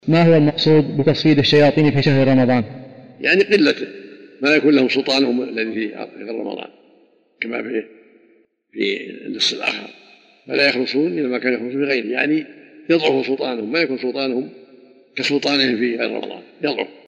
ما هو المقصود بتصفيد الشياطين في شهر رمضان؟ يعني قلته، ما يكون لهم سلطانهم الذي في غير رمضان كما في النصف الآخر، فلا يخلصون إلى ما كانوا يخلصون بغيره، يعني يضعف سلطانهم، ما يكون سلطانهم كسلطانهم في غير رمضان، يضعف.